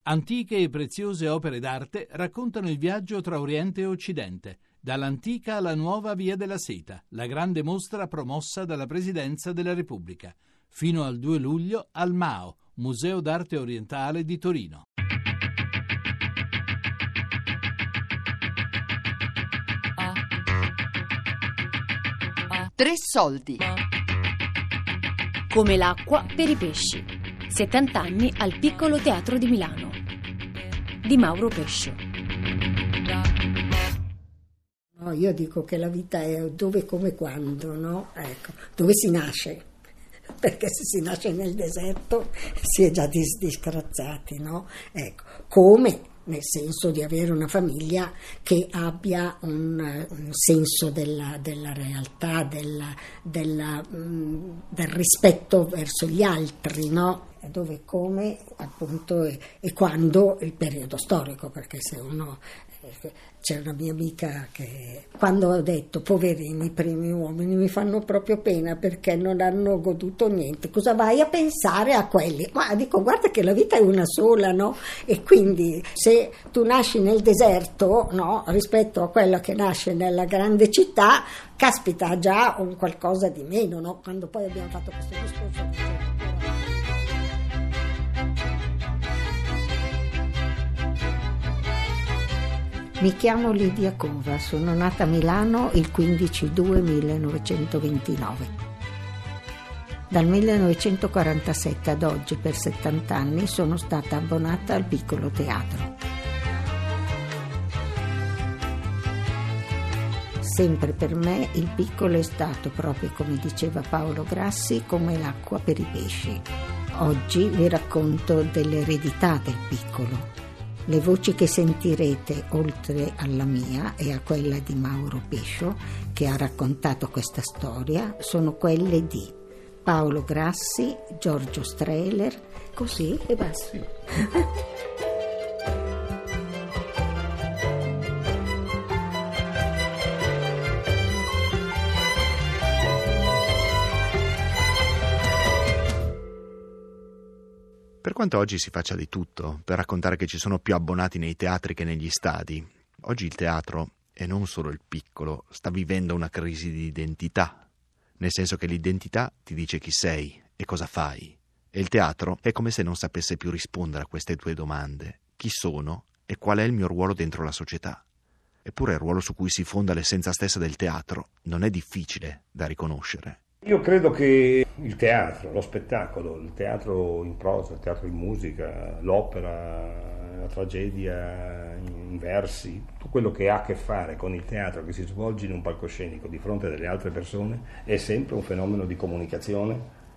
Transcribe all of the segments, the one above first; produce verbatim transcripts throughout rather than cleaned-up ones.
Antiche e preziose opere d'arte raccontano il viaggio tra Oriente e Occidente, dall'antica alla nuova Via della Seta, la grande mostra promossa dalla Presidenza della Repubblica, fino al due luglio al MAO, Museo d'Arte Orientale di Torino. Tre soldi. Come l'acqua per i pesci. settanta anni al Piccolo Teatro di Milano. Di Mauro Pescio. No, io dico che la vita è dove, come, quando, no? Ecco, dove si nasce. Perché se si nasce nel deserto si è già dis- disgraziati, no? Ecco, come? Nel senso di avere una famiglia che abbia un, un senso della, della realtà, della, della, mh, del rispetto verso gli altri, no? Dove, come, appunto, e, e quando il periodo storico, perché se uno... C'è una mia amica che quando ho detto poverini i primi uomini mi fanno proprio pena perché non hanno goduto niente, cosa vai a pensare a quelli? Ma dico, guarda che la vita è una sola, no? E quindi se tu nasci nel deserto, no, rispetto a quella che nasce nella grande città, caspita, ha già un qualcosa di meno, no? Quando poi abbiamo fatto questo discorso dicevo, mi chiamo Lidia Cova, sono nata a Milano il quindici dicembre millenovecentoventinove. Dal millenovecentoquarantasette ad oggi, per settanta anni, sono stata abbonata al Piccolo Teatro. Sempre per me il piccolo è stato, proprio come diceva Paolo Grassi, come l'acqua per i pesci. Oggi vi racconto dell'eredità del piccolo. Le voci che sentirete, oltre alla mia e a quella di Mauro Pescio, che ha raccontato questa storia, sono quelle di Paolo Grassi, Giorgio Strehler, così e basta. Per quanto oggi si faccia di tutto per raccontare che ci sono più abbonati nei teatri che negli stadi, oggi il teatro, e non solo il piccolo, sta vivendo una crisi di identità, nel senso che l'identità ti dice chi sei e cosa fai, e il teatro è come se non sapesse più rispondere a queste due domande: chi sono e qual è il mio ruolo dentro la società. Eppure il ruolo su cui si fonda l'essenza stessa del teatro non è difficile da riconoscere. Io credo che il teatro, lo spettacolo, il teatro in prosa, il teatro in musica, l'opera, la tragedia in versi, tutto quello che ha a che fare con il teatro che si svolge in un palcoscenico di fronte a delle altre persone è sempre un fenomeno di comunicazione.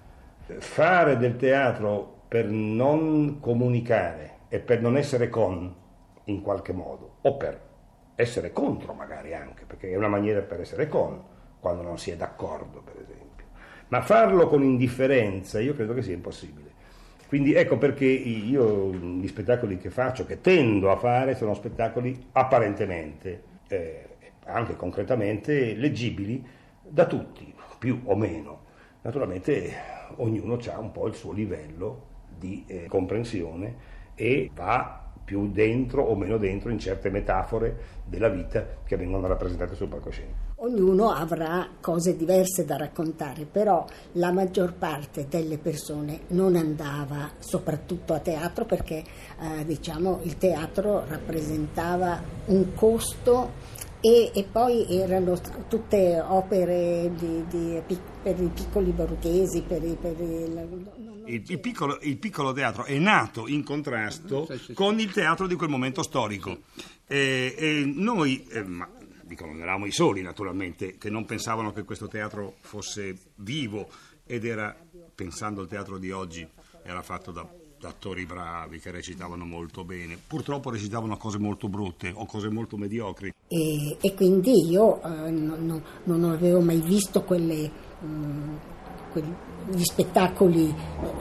Fare del teatro per non comunicare e per non essere con, in qualche modo, o per essere contro magari anche, perché è una maniera per essere con, quando non si è d'accordo, per esempio. Ma farlo con indifferenza io credo che sia impossibile. Quindi ecco perché io gli spettacoli che faccio, che tendo a fare, sono spettacoli apparentemente, eh, anche concretamente, leggibili da tutti, più o meno. Naturalmente ognuno ha un po' il suo livello di eh, comprensione e va più dentro o meno dentro in certe metafore della vita che vengono rappresentate sul palcoscenico. Ognuno avrà cose diverse da raccontare, però la maggior parte delle persone non andava soprattutto a teatro perché eh, diciamo il teatro rappresentava un costo e, e poi erano tutte opere di, di, per i piccoli borghesi, per i... Per i Il, il, piccolo, il piccolo teatro è nato in contrasto sì, sì, sì. con il teatro di quel momento storico. Sì. E, e noi, eh, ma dico, non eravamo i soli naturalmente, che non pensavano che questo teatro fosse vivo ed era, pensando al teatro di oggi, era fatto da, da attori bravi che recitavano molto bene. Purtroppo recitavano cose molto brutte o cose molto mediocri. E, e quindi io eh, non, non avevo mai visto quelle... Mh, gli spettacoli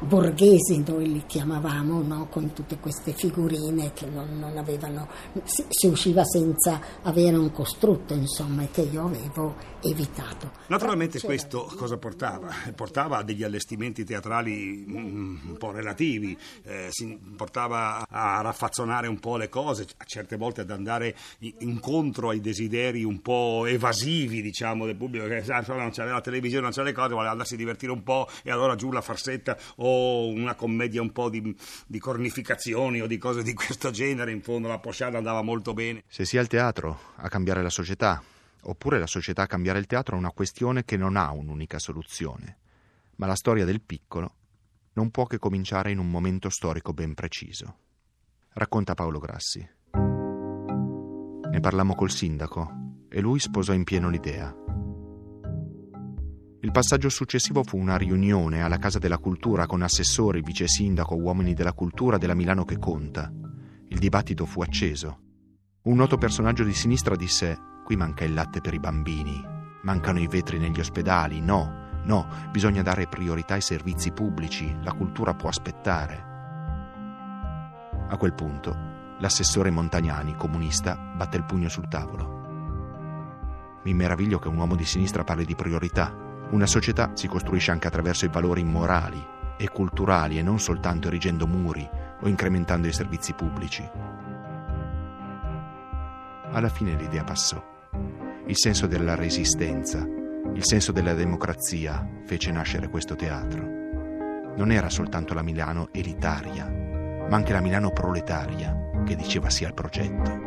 borghesi, noi li chiamavamo, no? Con tutte queste figurine che non, non avevano, si, si usciva senza avere un costrutto, insomma, e che io avevo evitato. Naturalmente questo cosa portava? Portava a degli allestimenti teatrali un po' relativi, eh, si portava a raffazzonare un po' le cose, a certe volte ad andare incontro ai desideri un po' evasivi, diciamo, del pubblico, che non c'aveva la televisione, non c'aveva le cose, voleva andarsi a divertire un po', e allora giù la farsetta o una commedia un po' di, di cornificazioni o di cose di questo genere. In fondo la posciata andava molto bene. Se sia il teatro a cambiare la società, oppure la società a cambiare il teatro, è una questione che non ha un'unica soluzione, ma la storia del piccolo non può che cominciare in un momento storico ben preciso. Racconta Paolo Grassi. Ne parlammo col sindaco e lui sposò in pieno l'idea. Il passaggio successivo fu una riunione alla Casa della Cultura con assessori, vice sindaco, uomini della cultura della Milano che conta. Il dibattito fu acceso. Un noto personaggio di sinistra disse: qui manca il latte per i bambini, mancano i vetri negli ospedali, no, no, bisogna dare priorità ai servizi pubblici, la cultura può aspettare. A quel punto l'assessore Montagnani, comunista, batte il pugno sul tavolo. Mi meraviglio che un uomo di sinistra parli di priorità. Una società si costruisce anche attraverso i valori morali e culturali e non soltanto erigendo muri o incrementando i servizi pubblici. Alla fine l'idea passò. Il senso della resistenza, il senso della democrazia fece nascere questo teatro. Non era soltanto la Milano elitaria, ma anche la Milano proletaria che diceva sì al progetto.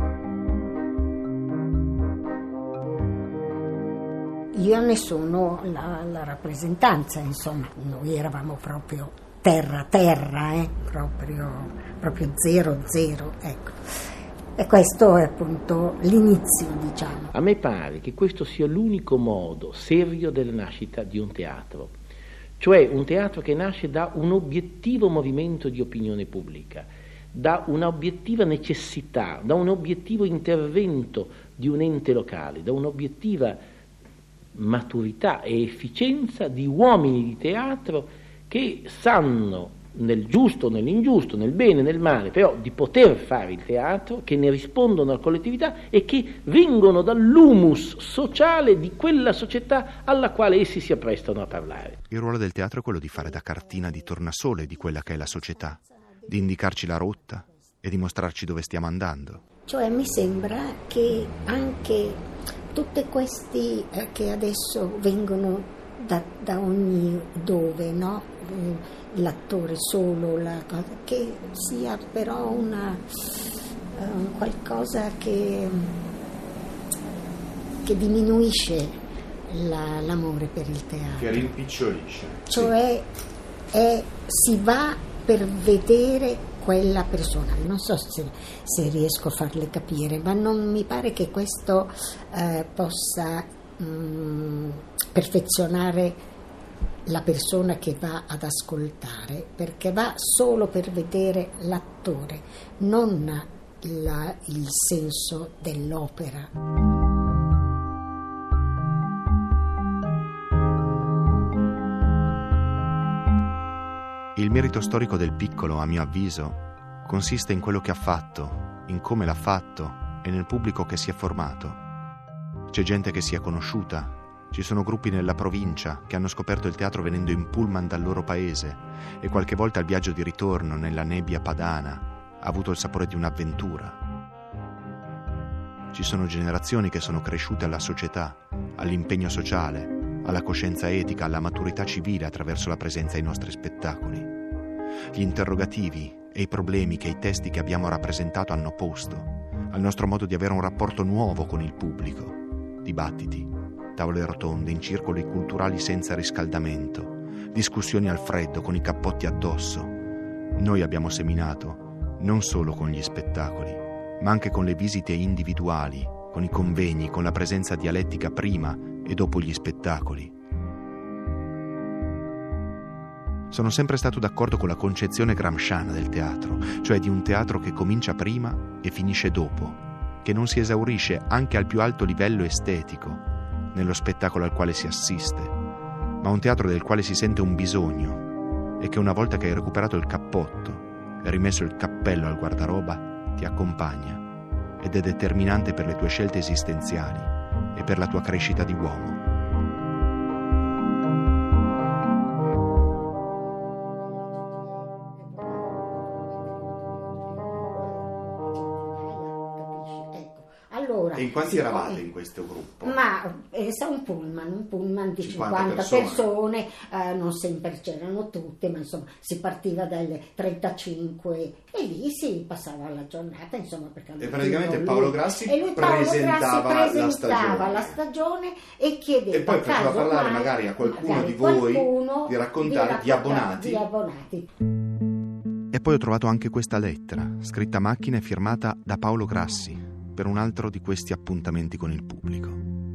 Io ne sono la, la rappresentanza, insomma, noi eravamo proprio terra terra, eh? proprio, proprio zero zero, ecco. E questo è appunto l'inizio, diciamo. A me pare che questo sia l'unico modo serio della nascita di un teatro, cioè un teatro che nasce da un obiettivo movimento di opinione pubblica, da un'obiettiva necessità, da un obiettivo intervento di un ente locale, da un'obiettiva maturità e efficienza di uomini di teatro che sanno nel giusto, nell'ingiusto, nel bene, nel male, però di poter fare il teatro, che ne rispondono alla collettività e che vengono dall'humus sociale di quella società alla quale essi si apprestano a parlare. Il ruolo del teatro è quello di fare da cartina di tornasole di quella che è la società, di indicarci la rotta e di mostrarci dove stiamo andando. Cioè mi sembra che anche tutti questi eh, che adesso vengono da, da ogni dove, no? L'attore solo, la cosa, che sia però una uh, qualcosa che, che diminuisce la, l'amore per il teatro. Che rimpicciolisce. Cioè è, si va per vedere quella persona. Non so se, se riesco a farle capire, ma non mi pare che questo eh, possa mh, perfezionare la persona che va ad ascoltare, perché va solo per vedere l'attore, non la, il senso dell'opera. Il merito storico del piccolo, a mio avviso, consiste in quello che ha fatto, in come l'ha fatto e nel pubblico che si è formato. C'è gente che si è conosciuta. Ci sono gruppi nella provincia che hanno scoperto il teatro venendo in pullman dal loro paese e qualche volta il viaggio di ritorno nella nebbia padana ha avuto il sapore di un'avventura. Ci sono generazioni che sono cresciute alla società, all'impegno sociale, alla coscienza etica, alla maturità civile attraverso la presenza ai nostri spettacoli. Gli interrogativi e i problemi che i testi che abbiamo rappresentato hanno posto, al nostro modo di avere un rapporto nuovo con il pubblico, dibattiti, tavole rotonde in circoli culturali senza riscaldamento, discussioni al freddo con i cappotti addosso. Noi abbiamo seminato non solo con gli spettacoli, ma anche con le visite individuali, con i convegni, con la presenza dialettica prima e dopo gli spettacoli. Sono sempre stato d'accordo con la concezione gramsciana del teatro, cioè di un teatro che comincia prima e finisce dopo, che non si esaurisce anche al più alto livello estetico, nello spettacolo al quale si assiste, ma un teatro del quale si sente un bisogno, e che una volta che hai recuperato il cappotto e rimesso il cappello al guardaroba ti accompagna ed è determinante per le tue scelte esistenziali e per la tua crescita di uomo. Allora, E in quanti eravate in questo gruppo? Ma eh, sa un pullman, un pullman di cinquanta, cinquanta persone, persone eh, non sempre c'erano tutte, ma insomma si partiva dalle trentacinque e lì si passava la giornata, insomma, perché E praticamente lui, Paolo Grassi e lui, Paolo presentava, Grassi la, presentava stagione. la stagione e chiedeva E poi faceva parlare magari a qualcuno di voi di raccontare di abbonati. di abbonati. E poi ho trovato anche questa lettera, scritta a macchina e firmata da Paolo Grassi, per un altro di questi appuntamenti con il pubblico.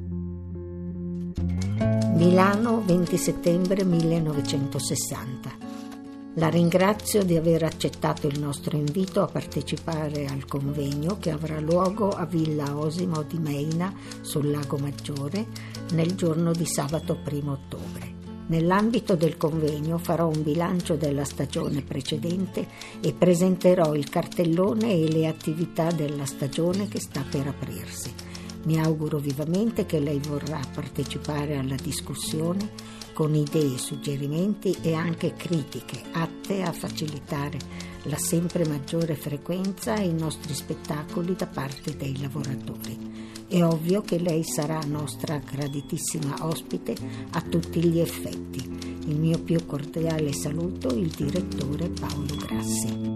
Milano, venti settembre millenovecentosessanta. La ringrazio di aver accettato il nostro invito a partecipare al convegno che avrà luogo a Villa Osimo di Meina sul Lago Maggiore nel giorno di sabato primo ottobre. Nell'ambito del convegno farò un bilancio della stagione precedente e presenterò il cartellone e le attività della stagione che sta per aprirsi. Mi auguro vivamente che lei vorrà partecipare alla discussione con idee, suggerimenti e anche critiche atte a facilitare la sempre maggiore frequenza ai nostri spettacoli da parte dei lavoratori. È ovvio che lei sarà nostra graditissima ospite a tutti gli effetti. Il mio più cordiale saluto, il direttore Paolo Grassi.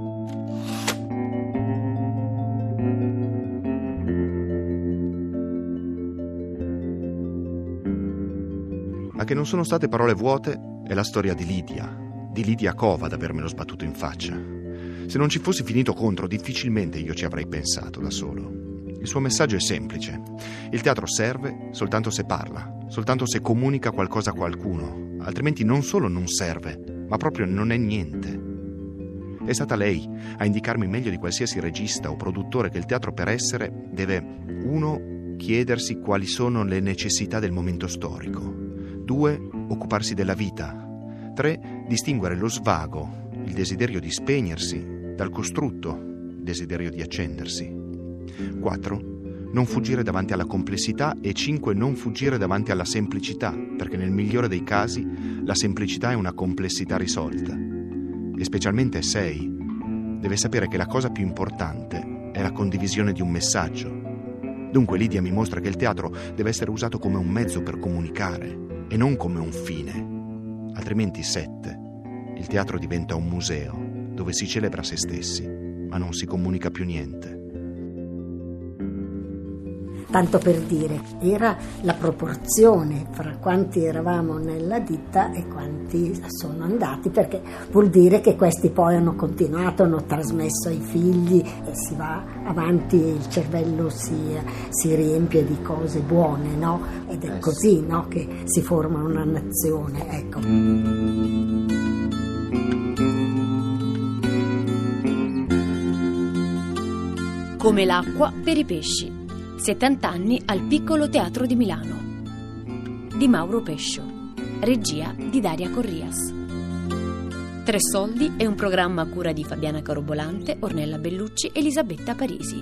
Ma che non sono state parole vuote è la storia di Lidia, di Lidia Cova ad avermelo sbattuto in faccia. Se non ci fossi finito contro, difficilmente io ci avrei pensato da solo. Il suo messaggio è semplice. Il teatro serve soltanto se parla, soltanto se comunica qualcosa a qualcuno, altrimenti non solo non serve, ma proprio non è niente. È stata lei a indicarmi meglio di qualsiasi regista o produttore che il teatro per essere deve, uno, chiedersi quali sono le necessità del momento storico, due, occuparsi della vita, tre, distinguere lo svago, il desiderio di spegnersi, dal costrutto, il desiderio di accendersi. quattro. Non fuggire davanti alla complessità e cinque. Non fuggire davanti alla semplicità, perché nel migliore dei casi la semplicità è una complessità risolta. E specialmente sei. Deve sapere che la cosa più importante è la condivisione di un messaggio. Dunque Lidia mi mostra che il teatro deve essere usato come un mezzo per comunicare e non come un fine. Altrimenti sette. Il teatro diventa un museo dove si celebra se stessi, ma non si comunica più niente. Tanto per dire, era la proporzione fra quanti eravamo nella ditta e quanti sono andati, perché vuol dire che questi poi hanno continuato, hanno trasmesso ai figli e si va avanti, il cervello si, si riempie di cose buone, no? Ed è così, no? Che si forma una nazione, ecco. Come l'acqua per i pesci. settanta anni al Piccolo Teatro di Milano. Di Mauro Pescio. Regia di Daria Corrias. Tre soldi è un programma a cura di Fabiana Carobolante, Ornella Bellucci e Elisabetta Parisi.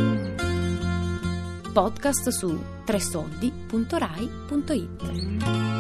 Podcast su tre soldi punto rai punto it.